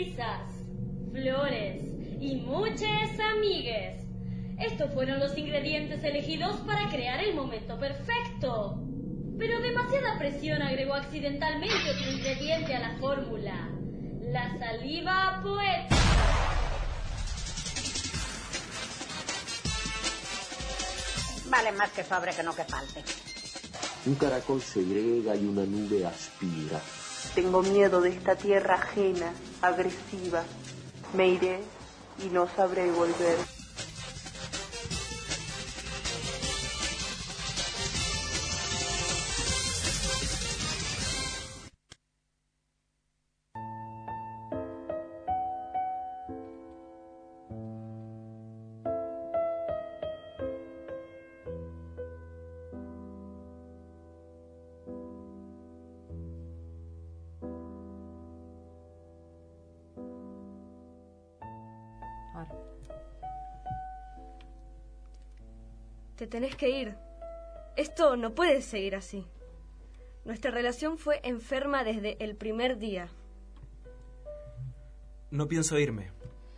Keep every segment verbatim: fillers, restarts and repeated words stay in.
risas, flores y muchas amigues. Estos fueron los ingredientes elegidos para crear el momento perfecto. Pero demasiada presión agregó accidentalmente otro ingrediente a la fórmula: la saliva poética. Vale más que sobre que no que falte. Un caracol segrega y una nube aspira. Tengo miedo de esta tierra ajena, agresiva. Me iré y no sabré volver. Te tenés que ir. Esto no puede seguir así. Nuestra relación fue enferma desde el primer día. No pienso irme.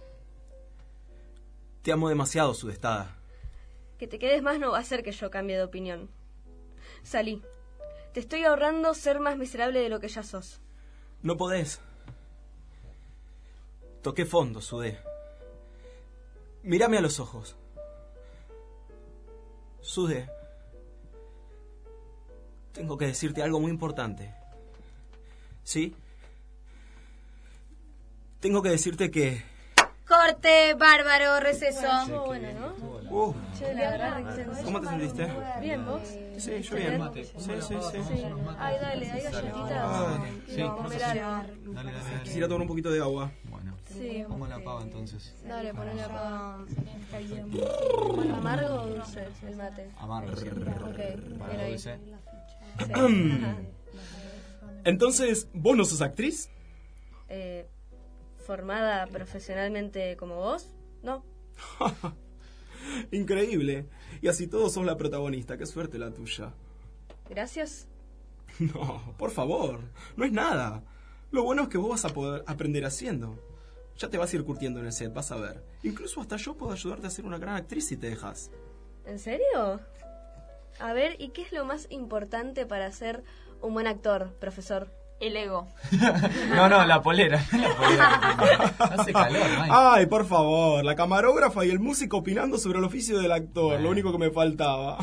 Te amo demasiado, Sudestada. Que te quedes más no va a hacer que yo cambie de opinión. Salí. Te estoy ahorrando ser más miserable de lo que ya sos. No podés. Toqué fondo, Sudé. Mírame a los ojos. Sude, tengo que decirte algo muy importante. ¿Sí? Tengo que decirte que... Corte, bárbaro, receso. Bueno, bueno, ¿no? Uh, Che, la verdad, ¿Cómo te sentiste? Bien, ¿vos? Sí, yo bien. Sí, sí, sí. Sí. Ay, dale, hay galletitas. Ay, sí, no, comer algo. Dale, dale, dale. Quisiera tomar un poquito de agua. Bueno, Sí. pongo la pava entonces. Dale, poné la pava. Bueno, ¿amargo o dulce el mate? Amargo siempre. Ok, Para bien ahí. dulce. Sí. Entonces, ¿vos no sos actriz? Eh, ¿Formada profesionalmente como vos? No. Increíble. Y así todos sos la protagonista. Qué suerte la tuya. Gracias. No, por favor. No es nada. Lo bueno es que vos vas a poder aprender haciendo. Ya te vas a ir curtiendo en el set, vas a ver. Incluso hasta yo puedo ayudarte a ser una gran actriz si te dejas. ¿En serio? A ver, ¿y qué es lo más importante para ser un buen actor, profesor? El ego. No, no, la polera. La polera. Hace calor, Mike. Ay, por favor, la camarógrafa y el músico opinando sobre el oficio del actor, Bueno. lo único que me faltaba.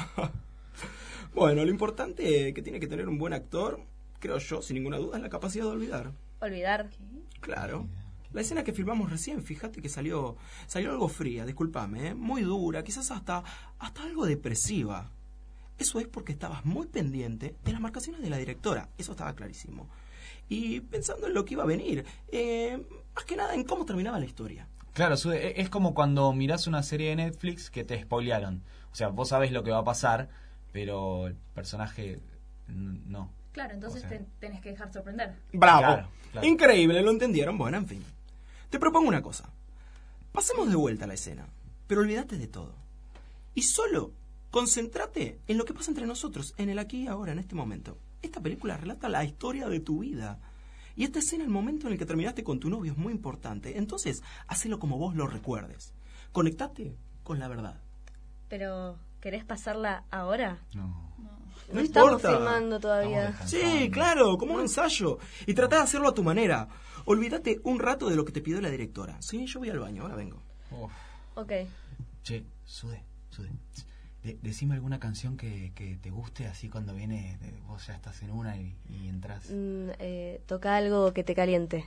Bueno, lo importante que tiene que tener un buen actor, creo yo, sin ninguna duda, es la capacidad de olvidar. ¿Olvidar? Claro. La escena que filmamos recién, fíjate que salió salió algo fría, discúlpame, ¿eh? Muy dura, quizás hasta, hasta algo depresiva. Eso es porque estabas muy pendiente de las marcaciones de la directora, eso estaba clarísimo. Y pensando en lo que iba a venir, eh, más que nada en cómo terminaba la historia. Claro, Sude, es como cuando mirás una serie de Netflix que te spoilearon. O sea, vos sabés lo que va a pasar, pero el personaje n- no. Claro, entonces O sea. te tenés que dejar sorprender. ¡Bravo! Claro, claro. Increíble, lo entendieron. Bueno, en fin. Te propongo una cosa. Pasemos de vuelta a la escena, pero olvídate de todo. Y solo concéntrate en lo que pasa entre nosotros, en el aquí y ahora, en este momento. Esta película relata la historia de tu vida. Y esta escena, el momento en el que terminaste con tu novio, es muy importante. Entonces, hacelo como vos lo recuerdes. Conectate con la verdad. Pero, ¿querés pasarla ahora? No. No, No estamos importa. filmando todavía. Estamos Sí, claro, como un ensayo. Y tratá de hacerlo a tu manera. Olvídate un rato de lo que te pidió la directora. Sí, yo voy al baño, ahora vengo. Uf. Ok. Che, Sude, Sude. De- decime alguna canción que, que te guste, así cuando viene, de- vos ya estás en una y, y entras. Mm, eh, toca algo que te caliente.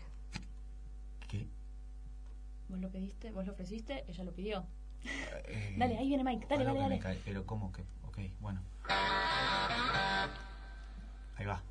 ¿Qué? Vos lo pediste, vos lo ofreciste, ella lo pidió. Eh, Dale, ahí viene Mike, dale, algo dale, que me dale. cae, pero ¿cómo que? Ok, bueno. Ahí va.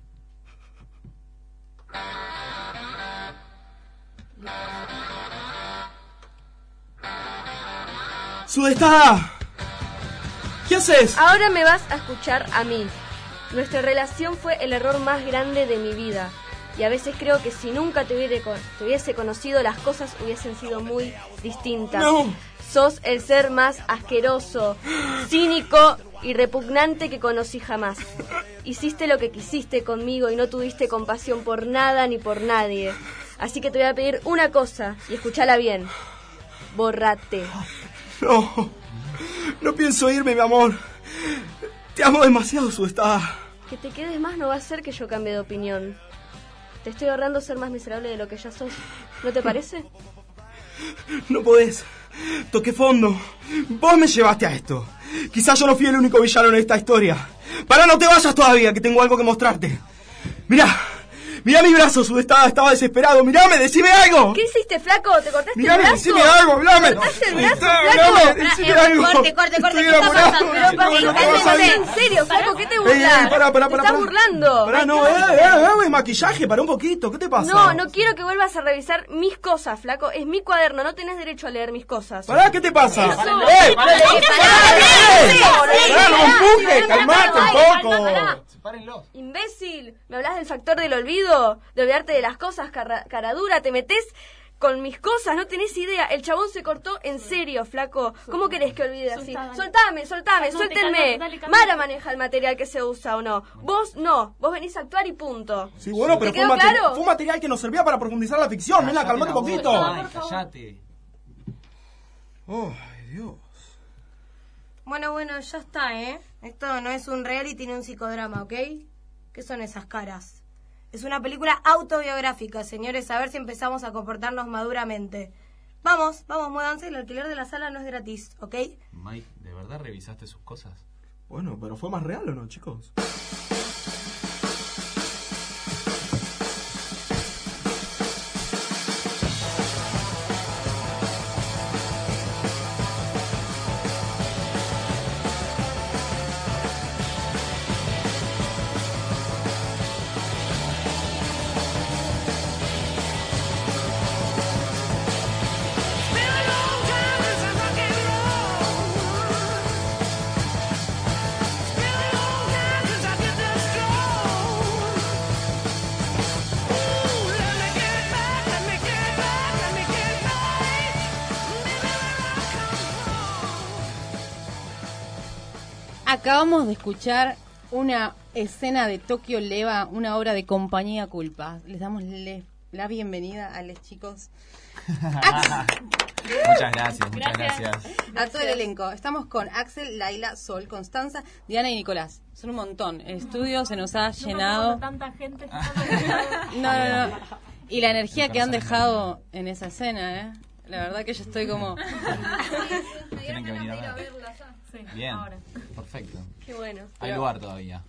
¡Sudestada! ¿Qué haces? Ahora me vas a escuchar a mí. Nuestra relación fue el error más grande de mi vida. Y a veces creo que si nunca te hubiese, con- te hubiese conocido, las cosas hubiesen sido muy distintas. No. Sos el ser más asqueroso, cínico y repugnante que conocí jamás. Hiciste lo que quisiste conmigo y no tuviste compasión por nada ni por nadie. Así que te voy a pedir una cosa, y escúchala bien. Bórrate. No, no pienso irme, mi amor. Te amo demasiado, Sudestada. Que te quedes más no va a hacer que yo cambie de opinión. Te estoy ahorrando ser más miserable de lo que ya sos. ¿No te parece? No podés. Toqué fondo. Vos me llevaste a esto. Quizás yo no fui el único villano en esta historia. Para, no te vayas todavía, que tengo algo que mostrarte. Mirá. Mirá mi brazo, Sudestada, estaba desesperado. Mirame, decime algo. ¿Qué hiciste, flaco? ¿Te cortaste Mirame, el brazo? decime algo, hablame. ¿Cortaste el brazo, Mirame, flaco? decime Ah, eh, algo. Corte, corte, corte. Estoy ¿Qué está enamorado. pasando? Pero, No, papi, no te vas a cálmate. ir. ¿En serio, flaco? ¿Qué te Ey, burlas? ey, pará, pará, ¿Te pará, estás pará. burlando? Pará, no, eh, eh, eh, maquillaje, pará un poquito. ¿Qué te pasa? No, no quiero que vuelvas a revisar mis cosas, flaco. Es mi cuaderno, no tenés derecho a leer mis cosas. Pará, ¿qué te pasa? Eso. ¡Eh! Pará, ¡Pará, no me empujes! ¡Calmate un poco! Sepárenlos. Imbécil, ¿me hablas del factor del olvido? ¿De olvidarte de las cosas, cara, cara dura? ¿Te metés con mis cosas? No tenés idea. El chabón se cortó en serio, flaco. ¿Cómo querés que olvide así? Soltá, dale. Soltame, soltame, No, suéltenme. dale, dale, camina. Mara maneja el material que se usa o no. Vos no, vos venís a actuar y punto. Sí, bueno, pero ¿Te fue un, quedó materi- claro? fue un material que nos servía para profundizar la ficción. Nena, calmate un poquito. Ay, cállate. Ay, Dios. Bueno, bueno, ya está, ¿eh? Esto no es un reality ni un psicodrama, ¿ok? ¿Qué son esas caras? Es una película autobiográfica, señores. A ver si empezamos a comportarnos maduramente. Vamos, vamos, muévanse. El alquiler de la sala no es gratis, ¿ok? Mike, ¿de verdad revisaste sus cosas? Bueno, pero ¿fue más real o no, chicos? Acabamos de escuchar una escena de Tokio Leva, una obra de Compañía Culpa. Les damos le- la bienvenida a los chicos. Muchas gracias, muchas gracias. A todo el elenco. Estamos con Axel, Laila, Sol, Constanza, Diana y Nicolás. Son un montón. El estudio se nos ha llenado. Tanta gente. No, no, no. Y la energía que han dejado en esa escena, ¿eh? La verdad que yo estoy como... Tienen que venir a ver. Sí, Bien, ahora. perfecto. Qué bueno. Hay lugar todavía.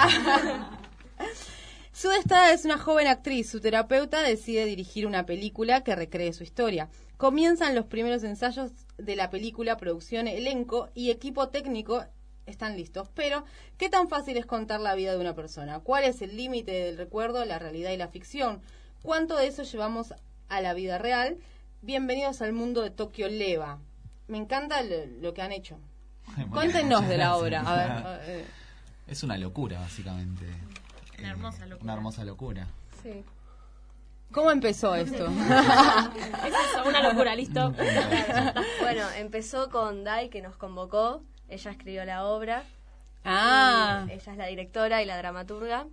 Sudestada es una joven actriz. Su terapeuta decide dirigir una película que recree su historia. Comienzan los primeros ensayos de la película, producción, elenco y equipo técnico están listos. Pero, ¿qué tan fácil es contar la vida de una persona? ¿Cuál es el límite del recuerdo, la realidad y la ficción? ¿Cuánto de eso llevamos a la vida real? Bienvenidos al mundo de Tokio Leva. Me encanta lo, lo que han hecho. Bueno, Cuéntenos muchas de la gracias. obra. A ver, eh, Es una locura, básicamente. Una hermosa locura. Una hermosa locura. Sí. ¿cómo empezó esto? Es eso, una locura, listo. Bueno, empezó con Dai, que nos convocó. Ella escribió la obra. Ah. Y ella es la directora y la dramaturga.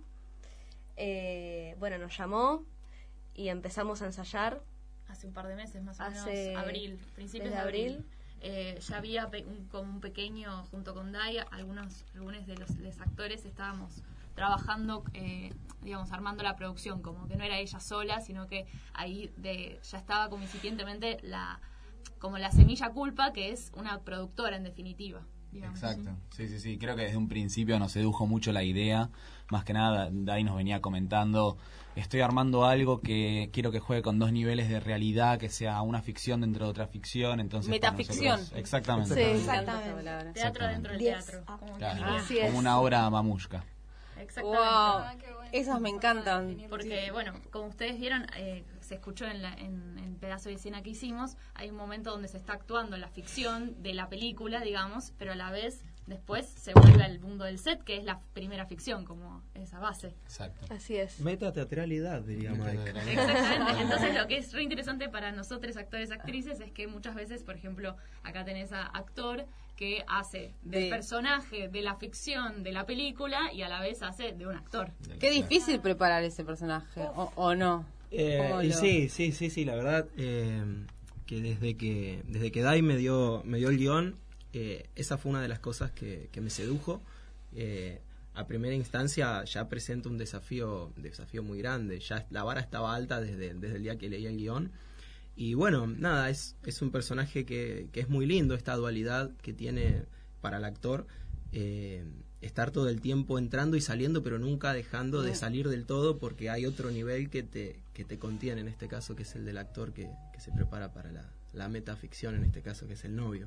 Eh, bueno, nos llamó y empezamos a ensayar. Hace un par de meses, más o Hace- menos, abril, principios desde de abril. abril. Eh, ya había pe- un, como un pequeño, junto con Daya, algunos, algunos de los, los actores estábamos trabajando, eh, digamos, armando la producción, como que no era ella sola, sino que ahí de, ya estaba como incipientemente la, como la semilla culpa, que es una productora en definitiva. Digamos. Exacto, sí, sí, sí. Creo que desde un principio nos sedujo mucho la idea. Más que nada, Dai nos venía comentando, estoy armando algo que quiero que juegue con dos niveles de realidad, que sea una ficción dentro de otra ficción. Entonces, para Metaficción. nosotros- exactamente. Sí. Exactamente. Teatro dentro del teatro. Como, Claro, Así es. como una obra mamushka. exactamente. Wow. Esas me encantan. Porque, bueno, como ustedes vieron, eh, se escuchó en, la, en, en pedazo de escena que hicimos, hay un momento donde se está actuando la ficción de la película, digamos, pero a la vez después se vuelve al mundo del set, que es la primera ficción, como esa base. Exacto. Así es. Metateatralidad, diría Mike. Exactamente. Entonces, lo que es re interesante para nosotros, actores, actrices, es que muchas veces, por ejemplo, acá tenés a actor que hace del De- personaje de la ficción de la película y a la vez hace de un actor. Qué difícil preparar ese personaje, o, o no. Eh, ¿Cómo y lo- sí, sí, sí, sí, la verdad eh, que desde que desde que Dai me dio me dio el guión, eh, esa fue una de las cosas que, que me sedujo. Eh, a primera instancia ya presenta un desafío desafío muy grande, ya la vara estaba alta desde, desde el día que leí el guión. Y bueno, nada, es, es un personaje que, que es muy lindo, esta dualidad que tiene para el actor, eh, estar todo el tiempo entrando y saliendo, pero nunca dejando de salir del todo, porque hay otro nivel que te, que te contiene, en este caso, que es el del actor que, que se prepara para la, la metaficción, en este caso, que es el novio.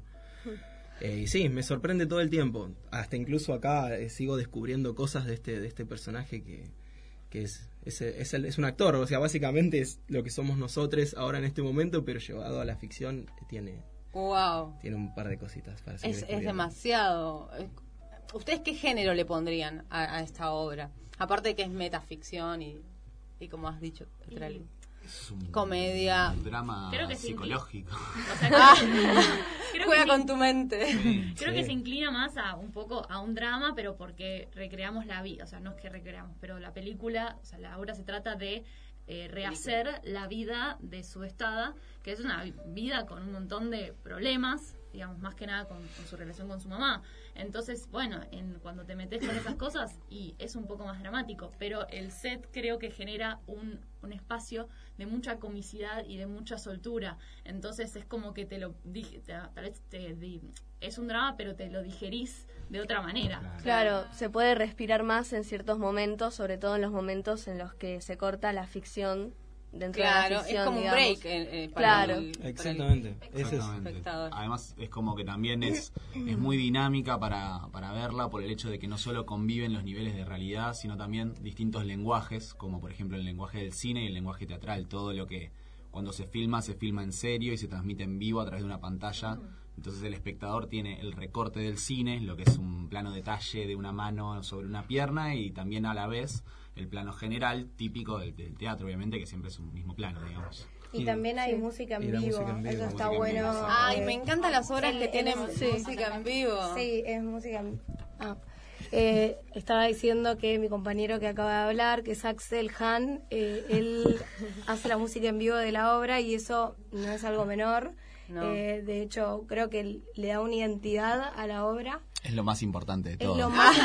Eh, y sí, me sorprende todo el tiempo, hasta incluso acá eh, sigo descubriendo cosas de este, de este personaje que, que es, es, es, el- es un actor, o sea, básicamente es lo que somos nosotros ahora en este momento, pero llevado a la ficción eh, tiene, Wow. tiene un par de cositas para seguir Es, es descubriendo. demasiado. ¿Ustedes qué género le pondrían a, a esta obra? Aparte de que es metaficción y, y como has dicho, Petrali. Es un Comedia. un drama Creo que sí. psicológico. O sea, Ah, creo juega que con sí. tu mente. Sí. Creo Sí. que se inclina más a un poco a un drama, pero porque recreamos la vida, o sea, no es que recreamos, pero la película, o sea, la obra se trata de eh, rehacer la vida de su estada, que es una vida con un montón de problemas, digamos, más que nada con, con su relación con su mamá. Entonces, bueno, en, cuando te metes con esas cosas, y es un poco más dramático, pero el set creo que genera un, un espacio de mucha comicidad y de mucha soltura. Entonces es como que te lo dije, te- tal vez te, di- es un drama, pero te lo digerís de otra manera. Claro, se puede respirar más en ciertos momentos, sobre todo en los momentos en los que se corta la ficción dentro Claro, de la ficción, es como digamos. un break eh, eh, para, Claro. el, para el Exactamente, ese es. Exactamente. espectador. Además es como que también es, es muy dinámica para, para verla por el hecho de que no solo conviven los niveles de realidad, sino también distintos lenguajes, como por ejemplo el lenguaje del cine y el lenguaje teatral. Todo lo que cuando se filma, se filma en serio y se transmite en vivo a través de una pantalla. Entonces el espectador tiene el recorte del cine, lo que es un plano detalle de una mano sobre una pierna, y también a la vez el plano general típico del, del teatro, obviamente, que siempre es un mismo plano, digamos. Y, Y- también hay sí. música en Y la vivo, música en vivo. eso está Música en bueno. vivo, sí. Ay, eh, me encantan las obras el- que tienen el- sí. música en vivo. Sí, es música. en- Ah. Eh, estaba diciendo que mi compañero que acaba de hablar, que es Axel Hahn, eh, él hace la música en vivo de la obra y eso no es algo menor. No. Eh, de hecho, creo que le da una identidad a la obra. Es lo más importante de Es todo. lo más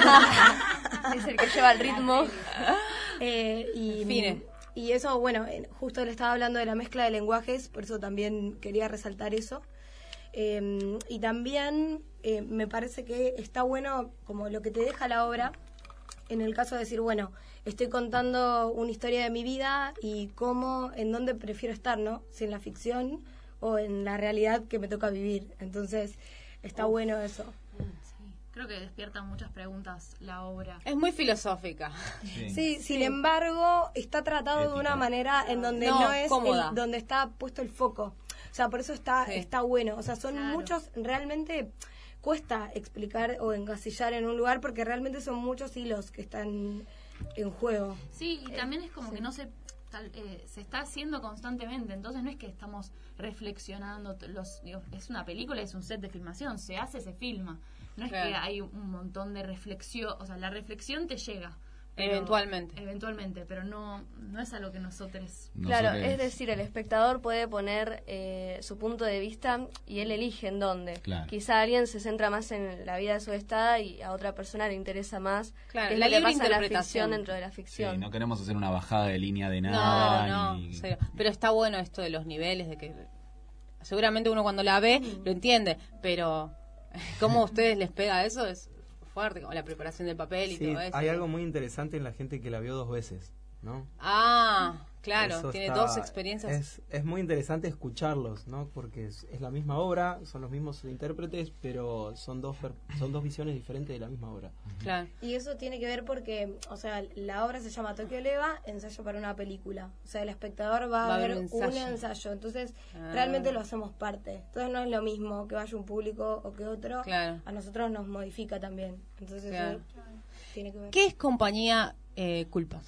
Es el que lleva el ritmo. Eh, y, Define. y eso, bueno, eh, justo le estaba hablando de la mezcla de lenguajes, por eso también quería resaltar eso. Eh, y también eh, me parece que está bueno como lo que te deja la obra, en el caso de decir, bueno, estoy contando una historia de mi vida y cómo, en dónde prefiero estar, ¿no? Si en la ficción o en la realidad que me toca vivir. Entonces, está bueno eso. Sí, creo que despierta muchas preguntas la obra. Es muy filosófica. Sí, sin embargo, está tratado de Ética. una manera en donde No, no, es cómoda. el- donde está puesto el foco. O sea, por eso está Sí. está bueno. O sea, son Claro. muchos, realmente cuesta explicar o encasillar en un lugar porque realmente son muchos hilos que están en juego. Sí, y también es como que no se tal- eh, se está haciendo constantemente, entonces no es que estamos reflexionando, t- los digo, es una película, es un set de filmación, se hace, se filma, no es Claro. que hay un montón de reflexión, o sea, la reflexión te llega. pero- Eventualmente. Eventualmente, pero no, no es algo que nosotros... Claro, Nosotros- es decir, el espectador puede poner eh, su punto de vista y él elige en dónde. Claro. Quizá alguien se centra más en la vida de su estada y a otra persona le interesa más Claro, qué es la lo que libre pasa en la interpretación. ficción dentro de la Sí, ficción. no queremos hacer una bajada de línea de No, nada. no, ni- cero. Pero está bueno esto de los niveles, de que seguramente uno cuando la ve lo entiende, pero cómo a ustedes les pega eso es fuerte, como la preparación del papel y Sí, todo eso. hay algo muy interesante en la gente que la vio dos veces, ¿no? Ah, claro, Eso tiene está- dos experiencias. Es, es muy interesante escucharlos, ¿no? Porque es, es la misma obra, son los mismos intérpretes, pero son dos per- son dos visiones diferentes de la misma obra. Claro. Y eso tiene que ver porque, o sea, la obra se llama Tokio Leva, ensayo para una película. O sea, el espectador va, Va a ver un un ensayo. ensayo. Entonces, Ah. realmente lo hacemos parte. Entonces, no es lo mismo que vaya un público o que otro. Claro. A nosotros nos modifica también. Entonces, Claro. eso tiene que ver. ¿Qué es compañía eh, culpa?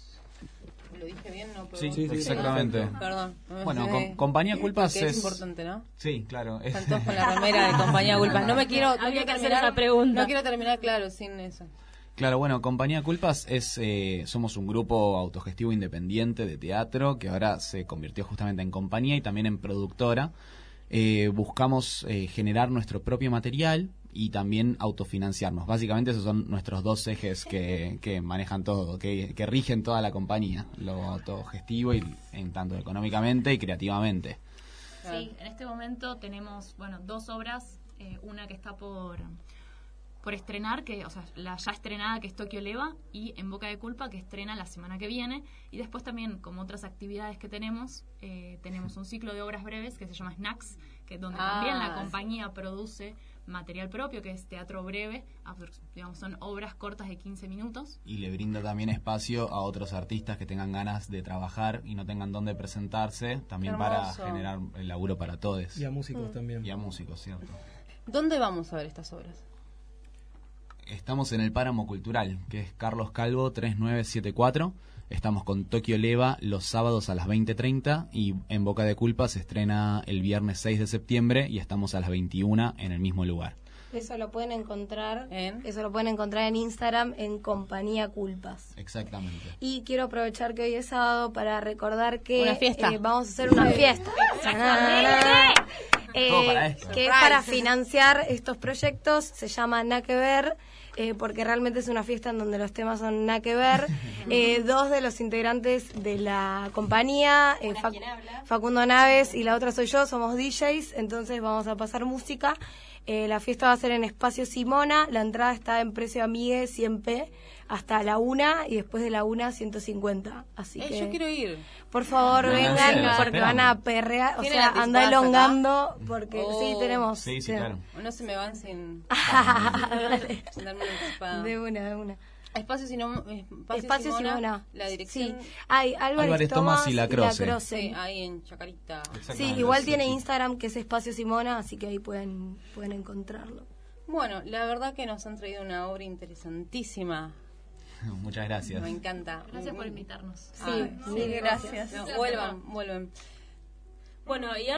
¿Lo dije bien? No, Sí, sí, sí, exactamente. Perdón. no Bueno, sé. com- compañía culpas Porque es es... importante, ¿no? Sí, claro. es- Están todos con la remera de compañía culpas. No me quiero, no Había quiero que hacer terminar, esa pregunta. no quiero terminar claro sin eso. Claro, bueno, Compañía Culpas es eh, somos un grupo autogestivo independiente de teatro que ahora se convirtió justamente en compañía y también en productora. Eh, buscamos eh, generar nuestro propio material y también autofinanciarnos. Básicamente esos son nuestros dos ejes que, que manejan todo, que, que rigen toda la compañía, lo autogestivo y en tanto económicamente y creativamente. Sí, en este momento tenemos, bueno, dos obras, eh, una que está por por estrenar, que, o sea, la ya estrenada, que es Tokio Leva, y En Boca de Culpa, que estrena la semana que viene. Y después también, como otras actividades que tenemos, eh, tenemos un ciclo de obras breves que se llama Snacks, que donde Ah, también la sí. compañía produce material propio, que es teatro breve, digamos, son obras cortas de quince minutos. Y le brinda también espacio a otros artistas que tengan ganas de trabajar y no tengan dónde presentarse, también para Hermoso. generar el laburo para todos. Y a músicos Mm. también. Y a músicos, cierto. ¿Dónde vamos a ver estas obras? Estamos en el Páramo Cultural, que es Carlos Calvo tres nueve siete cuatro. Estamos con Tokio Leva los sábados a las veinte treinta y En Boca de Culpa se estrena el viernes seis de septiembre y estamos a las veintiuna en el mismo lugar. Eso lo pueden encontrar ¿En? eso lo pueden encontrar en Instagram en Compañía Culpas. Exactamente. Y quiero aprovechar que hoy es sábado para recordar que Una fiesta. eh, vamos a hacer una fiesta. Eh, Todo para esto. que es para financiar estos proyectos, se llama Nada que Ver, eh, porque realmente es una fiesta en donde los temas son nada que ver. Eh, dos de los integrantes de la compañía, eh, Fac- Facundo Naves y la otra soy yo, somos D Js, entonces vamos a pasar música. Eh, la fiesta va a ser en Espacio Simona, la entrada está en precio Amigue cien pe hasta la una y después de la una ciento cincuenta. Así Eh, que yo quiero ir. por favor Bueno, vengan sí, los porque esperamos. van a perrear, o ¿Tienen sea, anticipadas anda acá? elongando porque Oh. sí tenemos. Sí, sí, tenemos. claro. No se me van sin, Dale. sin darme una anticipada. De una, de una. Espacio, Sino, Espacio, Espacio Simona, Simona. la dirección. Sí. Hay Álvarez, Álvarez Tomás y La Croce. Sí, ahí en Chacarita. Sí, Exactamente, igual sí, tiene sí. Instagram que es Espacio Simona, así que ahí pueden pueden encontrarlo. Bueno, la verdad que nos han traído una obra interesantísima. Muchas gracias. Me encanta. Gracias por invitarnos. Sí, mil gracias. No, vuelvan, vuelven. Bueno, y